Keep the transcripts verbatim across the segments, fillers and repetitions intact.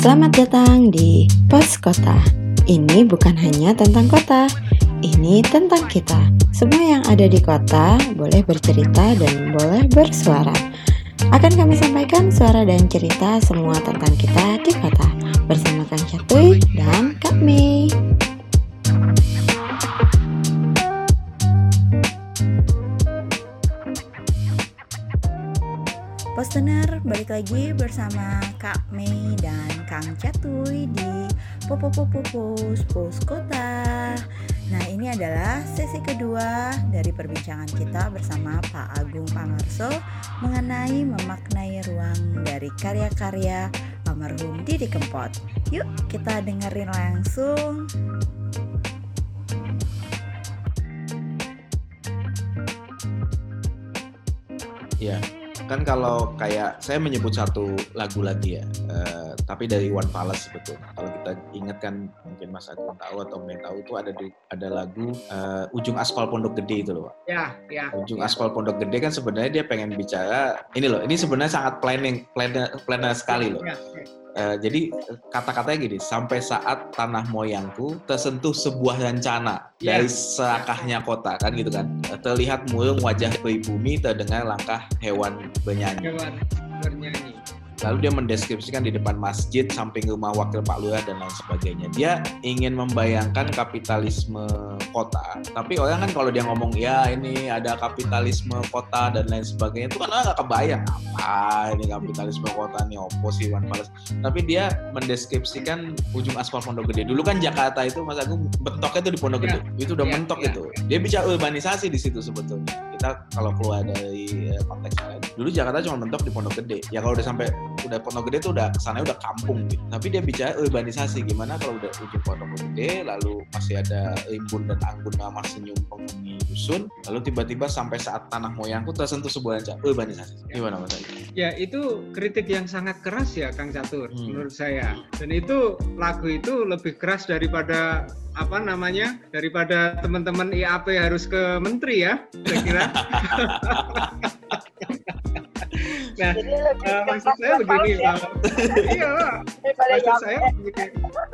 Selamat datang di Pos Kota. Ini bukan hanya tentang kota, ini tentang kita. Semua yang ada di kota boleh bercerita dan boleh bersuara. Akan kami sampaikan suara dan cerita semua tentang kita di kota bersama Kang Catuy dan Kak Mei. Postener, balik lagi bersama Kak Mei dan Kang Catuy di Popopopopos Pos Kota. Nah, ini adalah sesi kedua dari perbincangan kita bersama Pak Agung Pamarso mengenai memaknai ruang dari karya-karya almarhum Didi Kempot. Yuk kita dengerin langsung. Ya, kan kalau kayak saya menyebut satu lagu lagi ya, uh, tapi dari Iwan Fals sebetulnya. Kalau kita ingat kan, mungkin Mas Agung tahu atau Mei tahu itu ada di, ada lagu uh, Ujung Aspal Pondok Gede itu loh, Pak. Ya, ya. Ujung ya. Aspal Pondok Gede kan sebenarnya dia pengen bicara ini loh. Ini sebenarnya sangat planning, planner, planner sekali loh. Ya, ya. Uh, jadi kata-katanya gini, sampai saat tanah moyangku tersentuh sebuah rencana Ya. dari serakahnya kota, kan gitu kan. Terlihat murung wajah pribumi, terdengar langkah hewan bernyanyi. Hewan bernyanyi. Lalu dia mendeskripsikan di depan masjid, samping rumah wakil Pak Lurah dan lain sebagainya. Dia ingin membayangkan kapitalisme kota. Tapi orang kan kalau dia ngomong, ya ini ada kapitalisme kota dan lain sebagainya, itu kan orang nggak kebayang. Apa ini kapitalisme kota, ini opo sih Iwan Fals. Tapi dia mendeskripsikan Ujung Aspal Pondok Gede. Dulu kan Jakarta itu, Mas Agung, mentoknya itu di Pondok Gede. Ya. Itu udah Ya, mentok ya. itu. Dia bicara urbanisasi di situ sebetulnya. Kita kalau keluar dari konteks lain, dulu Jakarta cuma mentok di Pondok Gede. Ya kalau udah sampai udah Pondok Gede tuh udah kesannya udah kampung gitu. Tapi dia bicara urbanisasi, gimana kalau udah ujung Pondok Gede, lalu masih ada rimbun dan anggun ramah senyum penghuni dusun, lalu tiba-tiba sampai saat tanah moyangku tersentuh sebuah rencana urbanisasi. Gimana Mas Agung? Ya, itu kritik yang sangat keras ya Kang Catur, Hmm. menurut saya. Dan itu lagu itu lebih keras daripada apa namanya? Daripada teman-teman I A P harus ke menteri ya, saya kira. Nah, uh, maksud saya begini, Pak. Iya, maksud saya begini.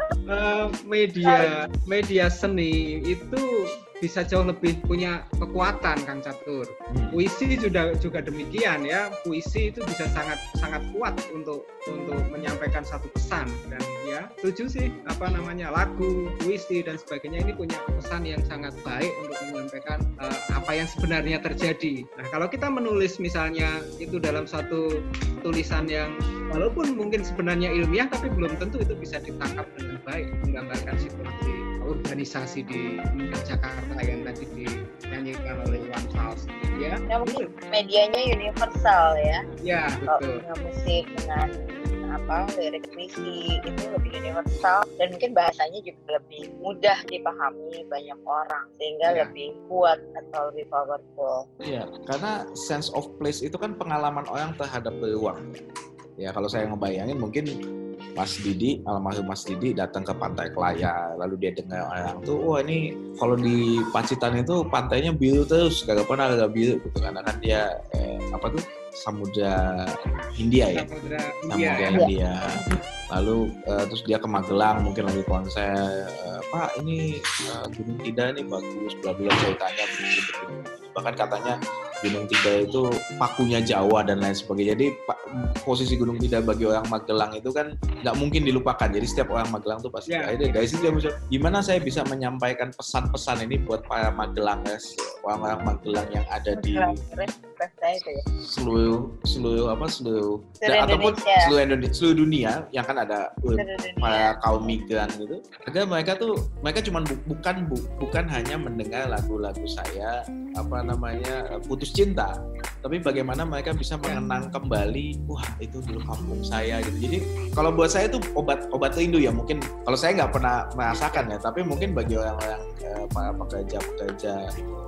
Uh, media media seni itu bisa jauh lebih punya kekuatan, Kang Catur. Puisi juga juga demikian ya. Puisi itu bisa sangat sangat kuat untuk untuk menyampaikan satu pesan, dan ya setuju sih apa namanya lagu, puisi dan sebagainya ini punya pesan yang sangat baik untuk menyampaikan uh, apa yang sebenarnya terjadi. Nah, kalau kita menulis misalnya itu dalam satu tulisan yang walaupun mungkin sebenarnya ilmiah, tapi belum tentu itu bisa ditangkap dengan baik, menggambarkan situasi urbanisasi di Jakarta yang tadi dinyanyikan oleh Iwan Fals, ya. Ya mungkin medianya universal ya. Ya, Kalau betul. dengan musik, dengan apa lirik puisi itu lebih universal dan mungkin bahasanya juga lebih mudah dipahami banyak orang sehingga Ya. lebih kuat atau lebih powerful. Iya, karena sense of place itu kan pengalaman orang terhadap ruang. Ya kalau saya ngebayangin mungkin Mas Didi, almarhum Mas Didi datang ke Pantai Kelaya, lalu dia dengar orang tuh, wah ini kalau di Pacitan itu pantainya biru terus, kagak pernah agak biru gitu, karena kan dia eh, apa tuh Samudra Hindia ya, Samudra Samudra Hindia. Hindia. Lalu eh, terus dia ke Magelang, mungkin lagi konser, eh, Pak ini eh, Gunung Tidar ini bagus, bla bla ceritanya begitu. Bahkan katanya Gunung Tidar itu pakunya Jawa dan lain sebagainya. Jadi posisi Gunung Tidar bagi orang Magelang itu kan nggak mungkin dilupakan. Jadi setiap orang Magelang tuh pasti Ya. ada. Dari situ dia bisa, gimana saya bisa menyampaikan pesan-pesan ini buat para Magelangers, orang-orang Magelang yang ada di Terus bahasa itu ya. seluruh seluruh apa seluruh Seluruh dan, ataupun Indonesia. seluruh Indonesia, seluruh dunia yang kan ada uh, Seluruh dunia. para kaum migran gitu. Agar mereka tuh mereka cuma bu, bukan bu, bukan hanya mendengar lagu-lagu saya apa namanya putus cinta, tapi bagaimana mereka bisa mengenang kembali, wah itu dulu kampung saya gitu. Jadi kalau buat saya itu obat obat rindu ya, mungkin kalau saya nggak pernah merasakan ya, tapi mungkin bagi orang-orang eh, para pekerja-pekerja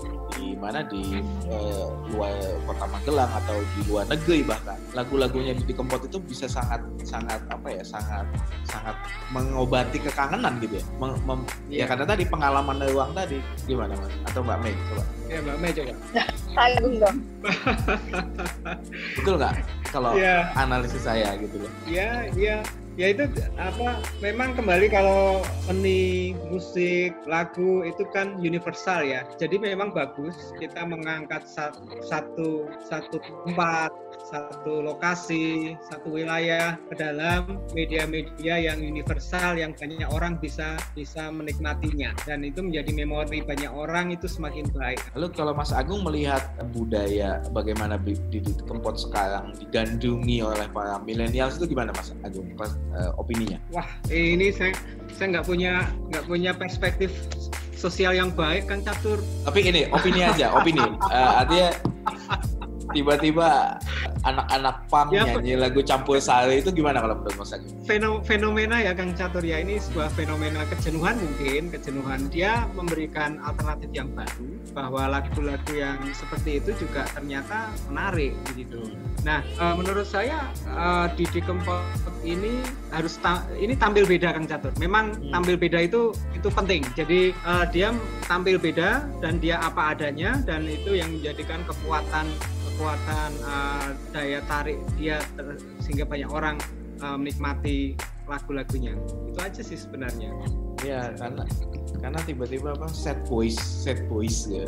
di mana di eh, luar kota Magelang atau di luar negeri bahkan, lagu-lagunya Didi Kempot itu bisa sangat sangat apa ya sangat sangat mengobati kekangenan gitu ya. Mem, mem- ya Iya. karena tadi pengalaman ruang tadi gimana Mas atau Mbak Mei coba. Ya, Mbak Mei coba. Agung dong. Betul nggak kalau Ya. analisis saya gitu loh? Ya, ya. Ya itu apa? Memang kembali kalau seni, musik, lagu itu kan universal ya. Jadi memang bagus kita mengangkat satu satu tempat, satu lokasi, satu wilayah ke dalam media-media yang universal yang banyak orang bisa bisa menikmatinya, dan itu menjadi memori banyak orang, itu semakin baik. Lalu kalau Mas Agung melihat budaya bagaimana Didi Kempot sekarang digandrungi oleh para milenial itu gimana Mas Agung? Uh, opininya? Wah, ini saya saya nggak punya nggak punya perspektif sosial yang baik, Kang Catur. Tapi ini opini aja, opini. Uh, artinya tiba-tiba anak-anak punk ya, nyanyi lagu campur sari itu gimana kalau menurut Mas Agung? Fenomena ya Kang Catur ya, ini sebuah fenomena kejenuhan mungkin, kejenuhan. Dia memberikan alternatif yang baru bahwa lagu-lagu yang seperti itu juga ternyata menarik begitu. Nah, uh, menurut saya uh, Didi Kempot ini harus ta- ini tampil beda Kang Catur. Memang hmm. tampil beda itu itu penting. Jadi uh, dia tampil beda dan dia apa adanya, dan itu yang menjadikan kekuatan kekuatan uh, daya tarik dia ter- sehingga banyak orang uh, menikmati lagu-lagunya. Itu aja sih sebenarnya. Ya, karena karena tiba-tiba apa sad boys, sad boys ya.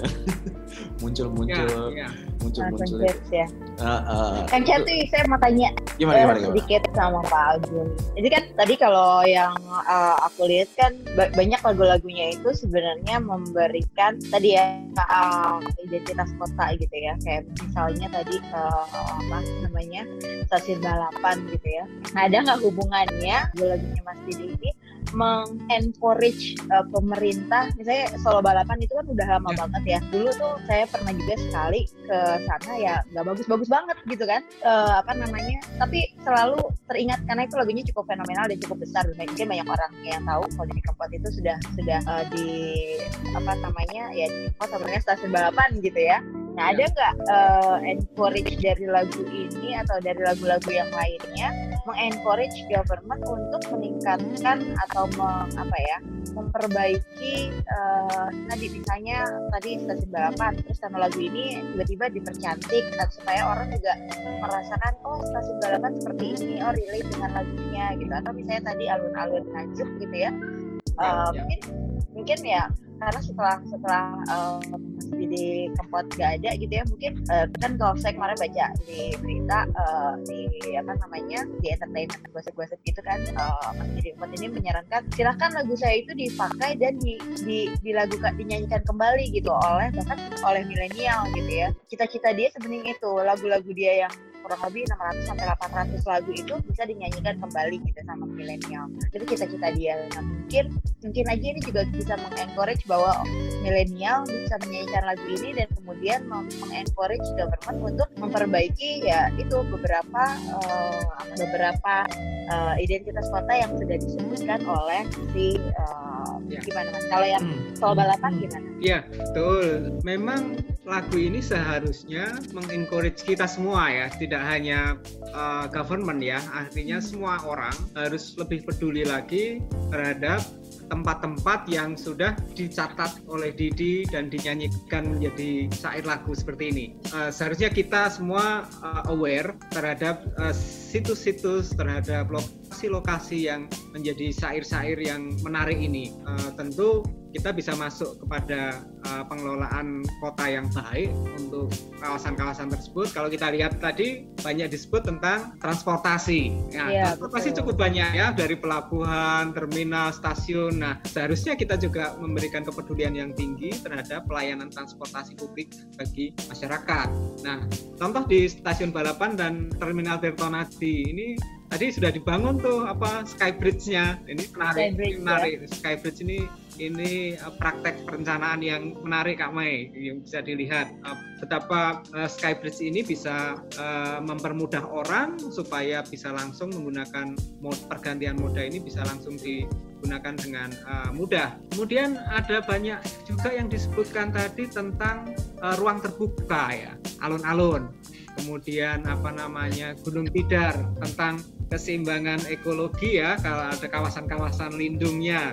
muncul-muncul ya, ya. muncul-muncul itu. Ya. Uh, uh, Kang Catu, saya mau tanya gimana, gimana, gimana? sedikit sama Pak Agung. Jadi kan tadi kalau yang uh, aku lihat kan b- banyak lagu-lagunya itu sebenarnya memberikan tadi ya uh, identitas kota gitu ya. Kayak misalnya tadi uh, apa namanya stasiun balapan gitu ya. Nah, ada nggak hubungannya lagu-lagunya Mas Didi ini meng-encourage uh, pemerintah, misalnya Solo Balapan itu kan udah lama ya. banget ya. Dulu tuh saya pernah juga sekali ke sana ya, nggak bagus-bagus banget gitu kan, uh, apa namanya. Tapi selalu teringat karena itu lagunya cukup fenomenal dan cukup besar. Mungkin banyak orang yang tahu kalau Didi Kempot itu sudah sudah uh, di apa namanya ya di oh, sebenarnya stasiun balapan gitu ya. Nah, ada nggak uh, encourage dari lagu ini atau dari lagu-lagu yang lainnya mengencourage government untuk meningkatkan atau meng, apa ya memperbaiki uh, tadi misalnya tadi stasiun balapan, terus karena lagu ini tiba-tiba dipercantik supaya orang juga merasakan oh stasiun balapan seperti ini, oh relate dengan lagunya gitu, atau misalnya tadi alun-alun Nganjuk gitu ya, uh, ya, ya. mungkin mungkin ya karena setelah setelah uh, Mas Didi Kempot gak ada gitu ya, mungkin uh, kan kalau saya kemarin baca di berita uh, di apa namanya di entertainment gosip-gosip gitu kan, uh, Mas Didi Kempot ini menyarankan silahkan lagu saya itu dipakai dan di, di dilagukan dinyanyikan kembali gitu oleh bahkan oleh milenial gitu ya. Cita-cita dia sebenarnya itu lagu-lagu dia yang kurang lebih enam ratus sampai delapan ratus lagu itu bisa dinyanyikan kembali gitu sama milenial. Itu cita-cita dia. Nah, mungkin mungkin aja ini juga bisa mengencourage bahwa milenial bisa menyanyikan lagu ini dan kemudian mengencourage government untuk memperbaiki ya itu beberapa uh, beberapa uh, identitas kota yang sudah disebutkan oleh si uh, ya. Gimana Mas? Kalau yang Solo Balapan gimana? Iya, betul. Memang lagu ini seharusnya mengencourage kita semua ya, tidak hanya uh, government ya, artinya semua orang harus lebih peduli lagi terhadap tempat-tempat yang sudah dicatat oleh Didi dan dinyanyikan menjadi syair lagu seperti ini. Uh, seharusnya kita semua uh, aware terhadap uh, situs-situs, terhadap lokasi-lokasi yang menjadi syair-syair yang menarik ini. Uh, tentu kita bisa masuk kepada uh, pengelolaan kota yang baik untuk kawasan-kawasan tersebut. Kalau kita lihat tadi banyak disebut tentang transportasi. Ya, ya, transportasi betul. Cukup banyak ya, dari pelabuhan, terminal, stasiun. Nah, seharusnya kita juga memberikan kepedulian yang tinggi terhadap pelayanan transportasi publik bagi masyarakat. Nah, contoh di stasiun Balapan dan terminal Tirtonadi ini tadi sudah dibangun tuh apa Skybridge-nya. Ini menarik, Skybridge, menarik. Ya. Skybridge ini ini uh, praktek perencanaan yang menarik Kak Mei, yang bisa dilihat uh, betapa uh, Skybridge ini bisa uh, mempermudah orang supaya bisa langsung menggunakan mod, pergantian moda ini bisa langsung digunakan dengan uh, mudah. Kemudian ada banyak juga yang disebutkan tadi tentang uh, ruang terbuka ya, alun-alun. Kemudian apa namanya Gunung Tidar, tentang keseimbangan ekologi ya, kalau ada kawasan-kawasan lindungnya.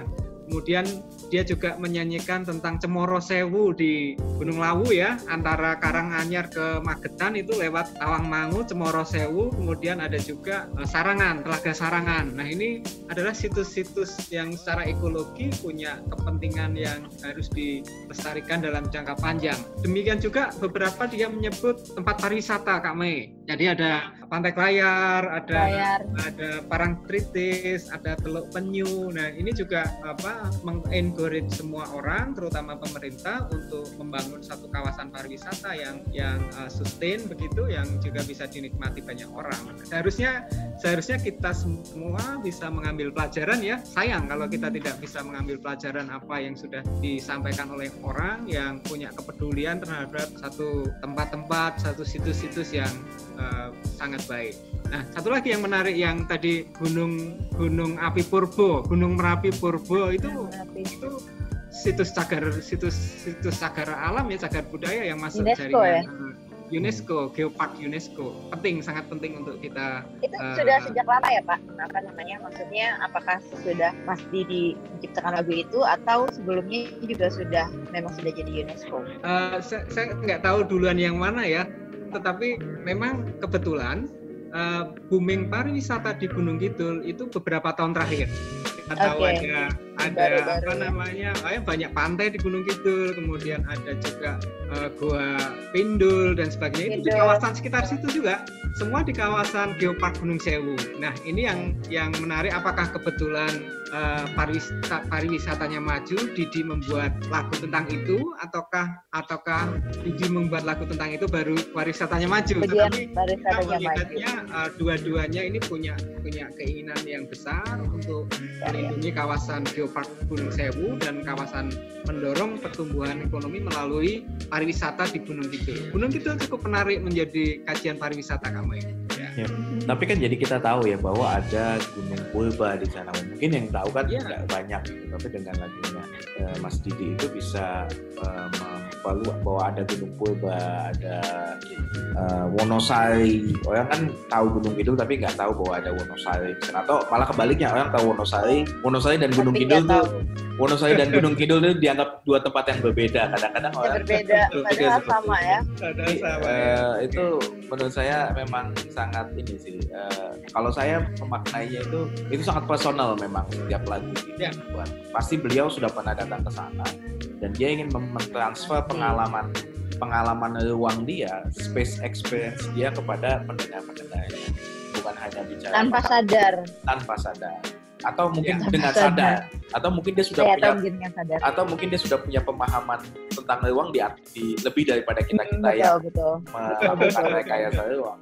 Kemudian dia juga menyanyikan tentang Cemoro Sewu di Gunung Lawu ya, antara Karanganyar ke Magetan itu lewat Tawangmangu, Cemoro Sewu, kemudian ada juga uh, Sarangan, Telaga Sarangan. Nah ini adalah situs-situs yang secara ekologi punya kepentingan yang harus dilestarikan dalam jangka panjang. Demikian juga beberapa dia menyebut tempat pariwisata Kak Mei. Jadi ada Pantai Klayar, ada Layar. ada Parangtritis, ada Teluk Penyu. Nah ini juga apa mengencourage semua orang, terutama pemerintah untuk membangun satu kawasan pariwisata yang yang uh, sustain begitu, yang juga bisa dinikmati banyak orang. Seharusnya seharusnya kita semua bisa mengambil pelajaran ya. Sayang kalau kita tidak bisa mengambil pelajaran apa yang sudah disampaikan oleh orang yang punya kepedulian terhadap satu tempat-tempat, satu situs-situs yang uh, sangat baik. Nah, satu lagi yang menarik yang tadi Gunung Gunung Api Purbo, Gunung Merapi Purbo itu itu situs cagar situs situs cagar alam ya, cagar budaya yang masuk UNESCO, jaringan ya? UNESCO, Geopark UNESCO. Penting, sangat penting untuk kita. Itu uh, sudah sejak lama ya Pak? Apa namanya? Maksudnya apakah sudah pasti diciptakan lagu itu atau sebelumnya juga sudah memang sudah jadi UNESCO? Uh, saya, saya nggak tahu duluan yang mana ya, tetapi memang kebetulan uh, booming pariwisata di Gunung Kidul itu beberapa tahun terakhir. Kita tahu Okay. ada ada Baru-baru apa ya. namanya, oh ya, banyak pantai di Gunung Kidul, kemudian ada juga uh, Gua Pindul dan sebagainya. Itu di Pindul. kawasan sekitar situ juga, semua di kawasan Geopark Gunung Sewu. Nah ini yang yang menarik, apakah kebetulan uh, pariwisata, pariwisatanya maju, Didi membuat lagu tentang itu, ataukah ataukah Didi membuat lagu tentang itu baru pariwisatanya maju? Kemudian Tetapi kita pariwisatanya maju. melihatnya uh, dua-duanya ini punya punya keinginan yang besar untuk Ya, ya. melindungi kawasan Geopark Gunung Sewu dan kawasan mendorong pertumbuhan ekonomi melalui pariwisata di Gunung Kidul. Gunung Kidul cukup menarik menjadi kajian pariwisata kami. Ya. Ya. Tapi kan jadi kita tahu ya bahwa ada Gunung Purba di sana. Mungkin yang tahu kan Iya. nggak banyak gitu. Tapi dengan lagunya eh, Mas Didi itu bisa eh, memperlu bahwa ada Gunung Purba, ada eh, Wonosari. Orang kan tahu Gunung Kidul tapi nggak tahu bahwa ada Wonosari. Atau malah kebaliknya, orang tahu Wonosari, Wonosari dan Gunung Tapi Kidul nggak tuh tahu. Wonosari dan Gunung Kidul itu dianggap dua tempat yang berbeda. Kadang-kadang Ya, orang berbeda, berpikir padahal seperti sama itu. ya. Ada Jadi, sama. eh, itu menurut saya memang sangat ini sih. eh, kalau saya memaknainya itu itu sangat personal memang setiap lagu ini Ya. dibuat. Pasti beliau sudah pernah datang ke sana dan dia ingin mem- mentransfer pengalaman pengalaman ruang dia, space experience dia kepada pendengar-pendengarnya. Bukan hanya bicara Tanpa sadar. tanpa sadar. Atau mungkin Ya. dengan Tanpa sadar. Atau mungkin dia sudah Saya punya tahu mungkin yang sadar. atau mungkin dia sudah punya pemahaman tentang ruang di, di lebih daripada kita kita Hmm, yang betul, betul. melakukan rekayasa ruang.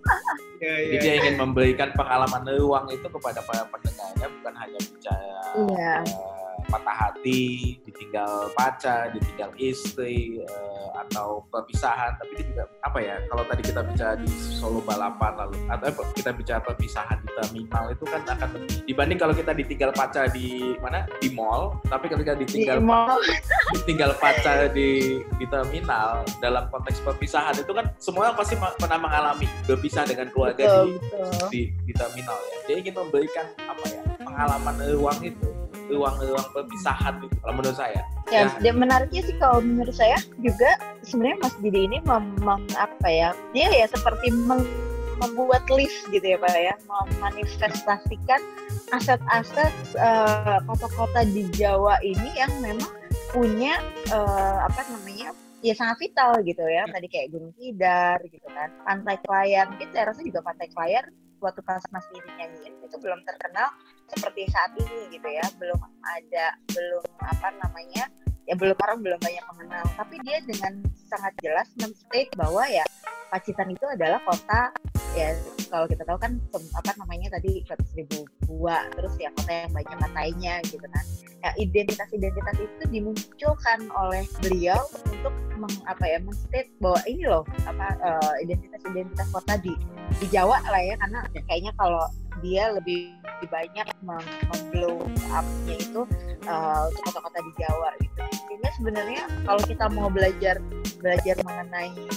Ya, Jadi ya. dia ingin memberikan pengalaman ruang itu kepada para pendengarnya, bukan hanya bicara Iya. eh, patah hati, ditinggal pacar, ditinggal istri, eh, atau perpisahan. Tapi dia juga apa ya? Kalau tadi kita bicara di Solo balapan lalu, atau eh, kita bicara perpisahan di terminal itu kan akan dibanding kalau kita ditinggal pacar di mana di mall, tapi ketika Di ditinggal mall. tinggal pacar di di terminal dalam konteks perpisahan itu kan semua orang pasti ma- pernah mengalami berpisah dengan keluarga Betul, di, betul. di di terminal ya. Dia ingin memberikan apa ya pengalaman ruang itu, ruang-ruang perpisahan itu. Kalau menurut saya. Ya, dia menariknya sih kalau menurut saya juga sebenarnya Mas Didi ini memang apa ya? Dia ya seperti meng- membuat list gitu ya Pak ya, memanifestasikan aset-aset eh, kota-kota di Jawa ini yang memang punya eh, apa namanya? Ya sangat vital gitu ya. Tadi kayak Gunung Tidar gitu kan, Pantai Klayar. Mungkin saya rasa juga Pantai Klayar waktu pas Mas Didi nyanyiin itu belum terkenal seperti saat ini gitu ya, belum ada, belum apa namanya, ya belum orang belum banyak mengenal, tapi dia dengan sangat jelas men-state bahwa ya Pacitan itu adalah kota ya kalau kita tahu kan apa namanya tadi kota seribu gua, terus ya kota yang banyak pantainya gitu kan. Ya, identitas-identitas itu dimunculkan oleh beliau untuk meng, apa ya men-state bahwa ini loh apa uh, identitas-identitas kota di di Jawa lah ya, karena kayaknya kalau dia lebih, lebih banyak mem-blow up-nya itu uh, untuk kota-kota di Jawa gitu. Sehingga sebenarnya kalau kita mau belajar belajar mengenai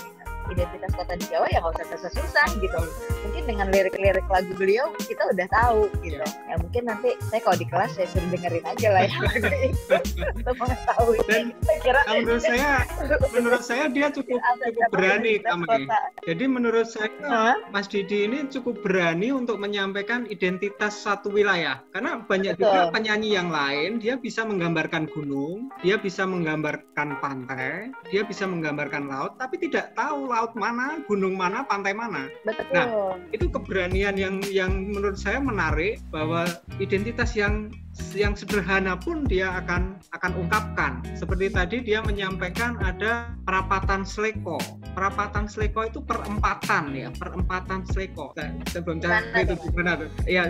identitas kota di Jawa ya nggak usah susah-susah gitu. Mungkin dengan lirik-lirik lagu beliau kita udah tahu gitu. Ya mungkin nanti saya kalau di kelas saya suruh dengerin aja lah ya lagu itu untuk mengetahui. Dan saya kira menurut saya menurut saya dia cukup cukup berani Kami. Jadi menurut saya huh? Mas Didi ini cukup berani untuk menyampaikan identitas satu wilayah. Karena banyak Betul. juga penyanyi yang lain dia bisa menggambarkan gunung, dia bisa menggambarkan pantai, dia bisa menggambarkan laut, tapi tidak tahu laut mana, gunung mana, pantai mana. Betul. Nah, itu keberanian yang yang menurut saya menarik bahwa identitas yang yang sederhana pun dia akan akan ungkapkan. Seperti tadi dia menyampaikan ada perapatan Sleko. Perapatan Sleko itu perempatan ya, perempatan Sleko. Nah, sebelum cari itu gimana tuh? Ya,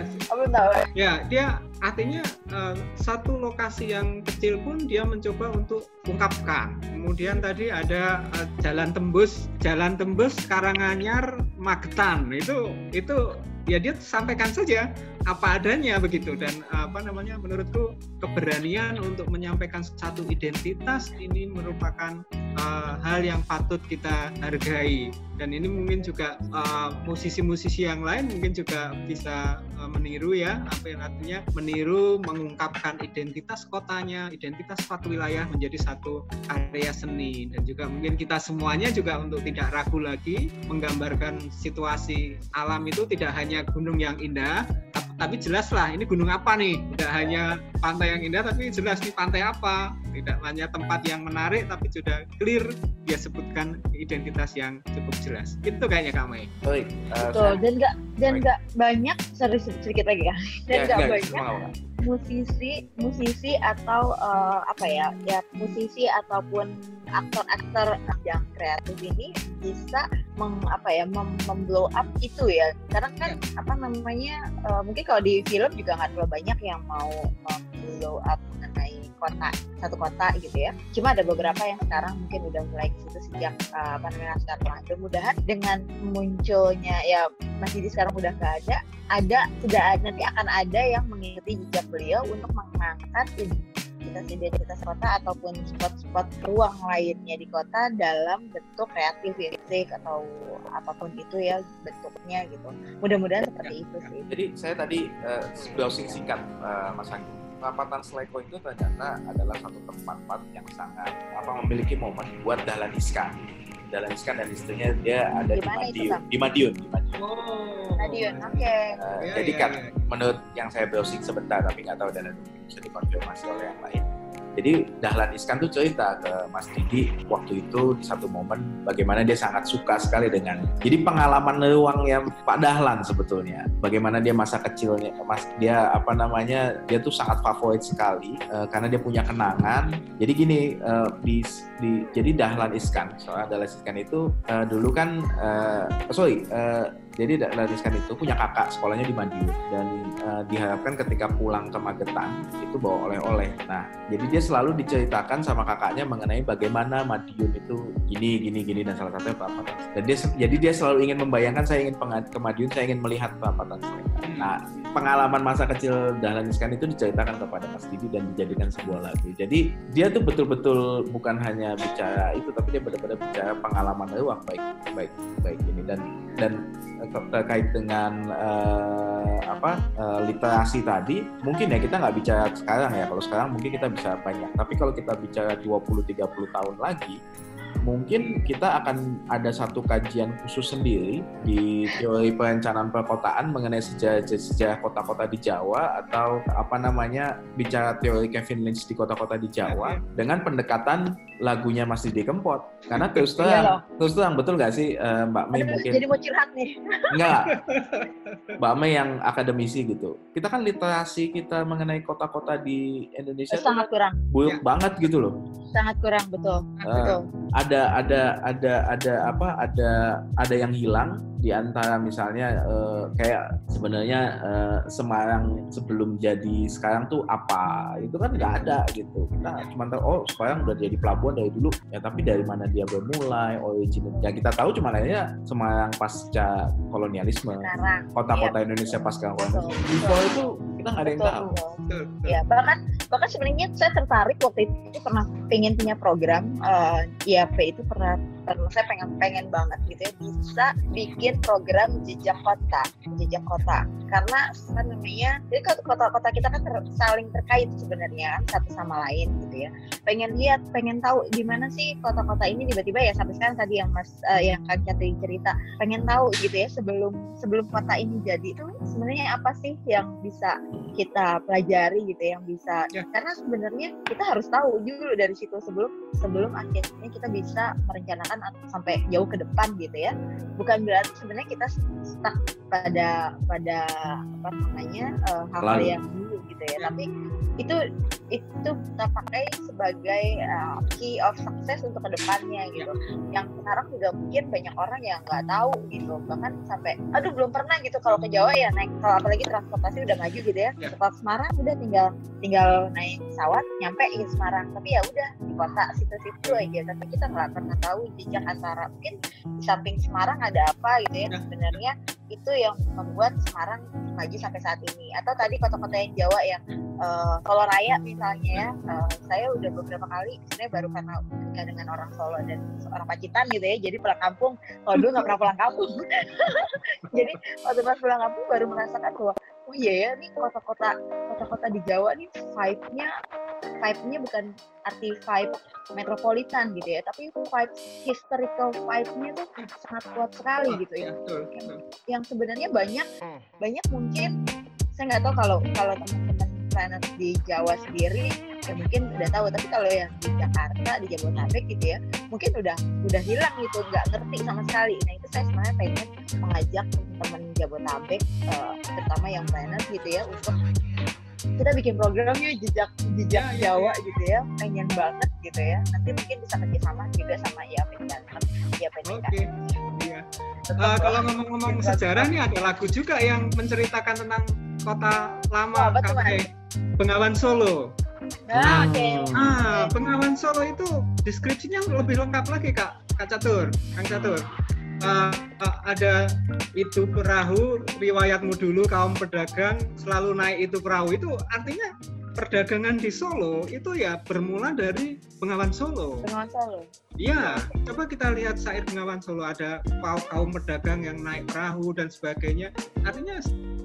ya dia artinya uh, satu lokasi yang kecil pun dia mencoba untuk ungkapkan. Kemudian tadi ada uh, jalan tembus, jalan tembus Karanganyar Magetan. Itu itu ya dia sampaikan saja apa adanya begitu. Dan apa namanya, menurutku keberanian untuk menyampaikan satu identitas ini merupakan uh, hal yang patut kita hargai. Dan ini mungkin juga uh, musisi-musisi yang lain mungkin juga bisa uh, meniru ya, apa yang artinya meniru, mengungkapkan identitas kotanya, identitas suatu wilayah menjadi satu area seni. Dan juga mungkin kita semuanya juga untuk tidak ragu lagi menggambarkan situasi alam itu tidak hanya gunung yang indah, tapi jelas lah ini gunung apa nih, tidak hanya pantai yang indah tapi jelas nih pantai apa, tidak hanya tempat yang menarik tapi sudah clear dia sebutkan identitas yang cukup jelas. Itu kayaknya Kak Mai. Baik. Uh, Betul. Dan nggak dan nggak banyak, sedikit lagi kan, dan nggak ya, banyak semua. musisi musisi atau uh, apa ya ya musisi ataupun aktor-aktor yang kreatif ini bisa meng, apa ya mem, memblow up itu ya, karena kan ya. apa namanya uh, mungkin kalau di film juga nggak terlalu banyak yang mau memblow up mengenai kota, satu kota gitu ya. Cuma ada beberapa yang sekarang mungkin udah mulai ke situ sejak uh, apa namanya sekarang. Mudah-mudahan dengan munculnya ya Mas Didi sekarang udah nggak ada, ada sudah nanti akan ada yang mengikuti jejak beliau untuk mengangkat identitas-identitas kota ataupun spot-spot ruang lainnya di kota dalam bentuk kreatif, fisik atau apapun itu ya bentuknya gitu. Mudah-mudahan seperti itu sih. Jadi saya tadi uh, browsing singkat uh, Mas Anggi. Perapatan Sleko itu ternyata adalah satu tempat yang sangat apa memiliki momen buat Dahlan Iskan. Dahlan Iskan dan istrinya dia ada di, di Madiun, di Madiun, di Madiun. Oh, Madiun, oke. Okay. Uh, ya, jadi ya, kan ya. Menurut yang saya browsing sebentar, tapi nggak tahu dan bisa dikonfirmasi oleh yang lain. Jadi Dahlan Iskan tuh cerita ke Mas Didi waktu itu di satu momen bagaimana dia sangat suka sekali dengan jadi pengalaman ruangnya Pak Dahlan sebetulnya. Bagaimana dia masa kecilnya, Mas dia apa namanya dia tuh sangat favorit sekali uh, karena dia punya kenangan. Jadi gini uh, di, di jadi Dahlan Iskan, soal Dahlan Iskan itu uh, dulu kan uh, sorry uh, jadi Dahlan Iskan itu punya kakak sekolahnya di Madiun dan uh, diharapkan ketika pulang ke Magetan itu bawa oleh-oleh. Nah, jadi dia selalu diceritakan sama kakaknya mengenai bagaimana Madiun itu gini, gini, gini dan salah satunya perapatan. Dan dia jadi dia selalu ingin membayangkan saya ingin ke Madiun, saya ingin melihat perapatan Sleko. Nah, pengalaman masa kecil Dahlan Iskan itu diceritakan kepada Mas Didi dan dijadikan sebuah lagu. Jadi dia tuh betul-betul bukan hanya bicara itu, tapi dia benar-benar bicara pengalaman ruang baik, baik, baik ini dan dan terkait dengan uh, apa uh, literasi tadi mungkin ya kita nggak bicara sekarang ya, kalau sekarang mungkin kita bisa banyak, tapi kalau kita bicara dua puluh sampai tiga puluh tahun lagi mungkin kita akan ada satu kajian khusus sendiri di teori perencanaan perkotaan mengenai sejarah-sejarah kota-kota di Jawa atau apa namanya bicara teori Kevin Lynch di kota-kota di Jawa dengan pendekatan lagunya Mas Didi Kempot. Karena terus terang, terus terang betul nggak sih uh, Mbak Mei mungkin? Jadi mau curhat nih. Enggak, Mbak Mei yang akademisi gitu. Kita kan literasi kita mengenai kota-kota di Indonesia sangat kurang. Buruk ya. banget gitu loh. Sangat kurang betul. Uh, betul. Ada ada ada ada apa? Ada ada yang hilang di antara misalnya uh, kayak sebenarnya uh, Semarang sebelum jadi sekarang tuh apa? Itu kan nggak ada gitu. Kita cuma tahu oh sekarang udah jadi pelabuhan dari dulu. Ya tapi dari mana dia bermulai, origin ya kita tahu cuma lainnya Semarang pasca kolonialisme, sekarang, kota-kota iya, Indonesia pasca kolonialisme. Before itu kita nggak ada yang tahu. Ya bahkan bahkan sebenarnya saya tertarik waktu itu pernah pengen punya program uh, I A P itu pernah saya pengen pengen banget gitu ya bisa bikin program jejak kota, jejak kota. Karena kan namanya, jadi kota-kota kita kan ter, saling terkait sebenarnya kan satu sama lain gitu ya. Pengen lihat, pengen tahu gimana sih kota-kota ini tiba-tiba ya sampai sekarang tadi yang Mas uh, yang Kang Catur cerita, pengen tahu gitu ya sebelum sebelum kota ini jadi itu sebenarnya apa sih yang bisa kita pelajari gitu ya, yang bisa ya. Karena sebenarnya kita harus tahu dulu dari situ sebelum sebelum akhirnya kita bisa merencanakan sampai jauh ke depan gitu ya. Bukan berarti sebenarnya kita stuck pada pada apa namanya uh, hal-hal yang dulu gitu ya, tapi itu itu kita pakai sebagai uh, key of success untuk kedepannya gitu. Yang sekarang juga mungkin banyak orang yang nggak tahu gitu, bahkan sampai aduh belum pernah gitu kalau ke Jawa ya naik, kalau apalagi transportasi udah maju gitu ya, yeah. Setelah Semarang udah tinggal tinggal naik pesawat nyampe di Semarang, tapi ya udah di kota situ-situ aja, tapi kita nggak pernah tahu jejak antara mungkin di samping Semarang ada apa gitu ya, yeah. Sebenarnya itu yang membuat Semarang maju sampai saat ini. Atau tadi kota-kota yang Jawa yang uh, Solo Raya misalnya ya, uh, saya udah beberapa kali sebenarnya baru karena nikah dengan orang Solo dan orang Pacitan gitu ya, jadi pulang kampung. Kalau dulu nggak pernah pulang kampung, jadi waktu pas pulang kampung baru merasakan bahwa oh iya ya, nih kota-kota kota-kota di Jawa nih vibe-nya vibe-nya bukan arti vibe metropolitan gitu ya, tapi vibe historical vibe-nya tuh sangat kuat sekali gitu ya. Yang, yang sebenarnya banyak banyak mungkin saya nggak tahu kalau kalau teman-teman planet di Jawa sendiri ya mungkin udah tahu, tapi kalau yang di Jakarta, di Jabodetabek gitu ya, mungkin udah udah hilang gitu, nggak ngerti sama sekali. Nah itu saya sebenarnya pengen mengajak teman-teman Jabodetabek, uh, terutama yang planet gitu ya, untuk kita bikin programnya jejak jejak ya, Jawa ya, gitu ya, pengen banget gitu ya. Nanti mungkin bisa kerjasama juga sama I A P dan I A P T K. Oke, iya. Uh, kalau ngomong-ngomong sejarah nih ada lagu juga yang menceritakan tentang kota lama, oh, Kafe Bengawan Solo. Nah, oke. Okay. Ah, Bengawan Solo itu deskripsinya lebih lengkap lagi Kak, Kak Catur, Kang Catur. Uh, uh, ada itu perahu, riwayatmu dulu kaum pedagang selalu naik itu perahu, itu artinya perdagangan di Solo itu ya bermula dari Bengawan Solo. Bengawan Solo. Iya, coba kita lihat syair Bengawan Solo, ada kaum pedagang yang naik perahu dan sebagainya. Artinya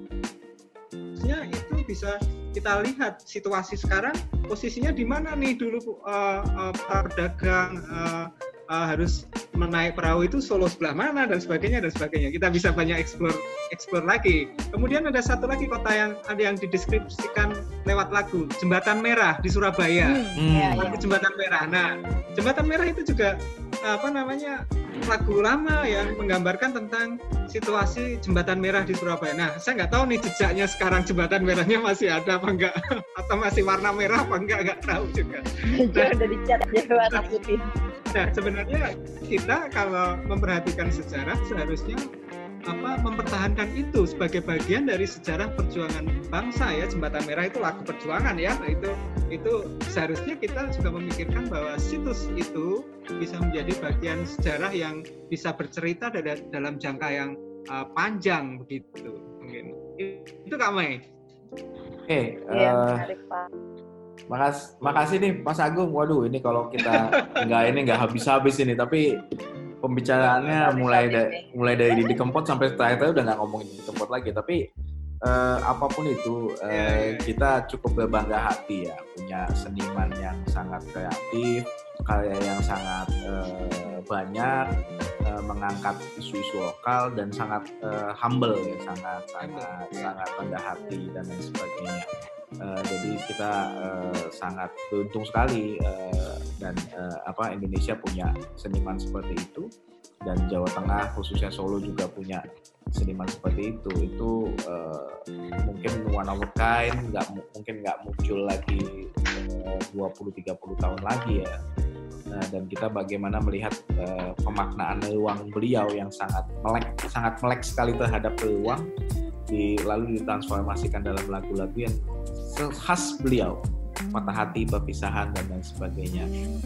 itu bisa kita lihat situasi sekarang posisinya di mana nih dulu uh, uh, para pedagang uh, uh, harus menaik perahu itu Solo sebelah mana dan sebagainya dan sebagainya. Kita bisa banyak explore explore lagi. Kemudian ada satu lagi kota yang ada yang dideskripsikan lewat lagu, Jembatan Merah di Surabaya. Hmm, ya, lagu ya. Jembatan Merah. Nah, Jembatan Merah itu juga apa namanya lagu lama yang menggambarkan tentang situasi Jembatan Merah di Surabaya. Nah, saya nggak tahu nih jejaknya sekarang Jembatan Merahnya masih ada apa enggak, atau masih warna merah apa enggak, nggak tahu juga. Nah, udah dicat aja warna putih. Nah, sebenarnya kita kalau memperhatikan sejarah seharusnya apa mempertahankan itu sebagai bagian dari sejarah perjuangan bangsa ya. Jembatan Merah itu lagu perjuangan ya. Nah, itu itu seharusnya kita juga memikirkan bahwa situs itu bisa menjadi bagian sejarah yang bisa bercerita dalam jangka yang uh, panjang begitu mungkin. Itu Kak Mai. Oke, okay, iya, uh, menarik Pak. Makas, makasih nih Mas Agung. Waduh, ini kalau kita nggak ini nggak habis-habis ini, tapi pembicaraannya mulai dari mulai dari Didi Kempot sampai terakhir udah nggak ngomongin Didi Kempot lagi. Tapi uh, apapun itu uh, kita cukup berbangga hati ya punya seniman yang sangat kreatif, karya yang sangat uh, banyak, uh, mengangkat isu-isu lokal dan sangat uh, humble ya, sangat sangat sangat rendah hati dan lain sebagainya. Uh, jadi kita uh, sangat beruntung sekali uh, dan uh, apa Indonesia punya seniman seperti itu, dan Jawa Tengah khususnya Solo juga punya seniman seperti itu. Itu uh, mungkin one of a kind, nggak mungkin nggak muncul lagi uh, dua puluh sampai tiga puluh tahun lagi ya. Uh, dan kita bagaimana melihat uh, pemaknaan ruang beliau yang sangat melek sangat melek sekali terhadap ruang, di, lalu ditransformasikan dalam lagu-lagu yang khas beliau, patah hati, perpisahan dan lain sebagainya.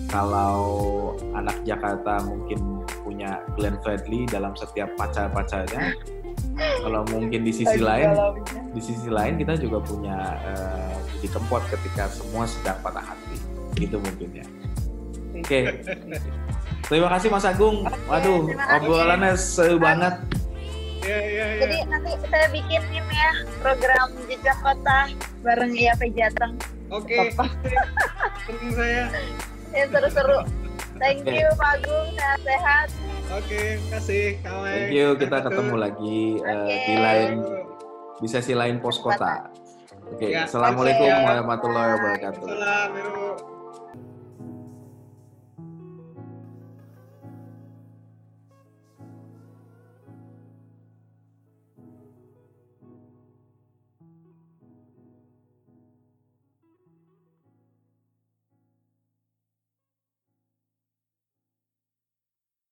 Kalau anak Jakarta mungkin punya Glenn Fredly dalam setiap pacar-pacarnya. Kalau mungkin di sisi lain, di sisi lain kita juga punya uh, Didi Kempot ketika semua sedang patah hati. Gitu mungkin ya. Oke. Okay. Terima kasih Mas Agung. Waduh, obrolannya seru banget. Ya, ya, ya. Jadi nanti saya bikin ini ya program Jejak Kota bareng I A P Jateng. Oke. Senang saya. Ya seru-seru. Thank Oke. you Pak Agung, sehat-sehat. Oke, kasih Kak Mei. Thank you. Kita ketemu lagi uh, Oke. di lain di sesi lain Pos Kota. Oke, Ya. Assalamualaikum Oke. warahmatullahi wabarakatuh. Salam.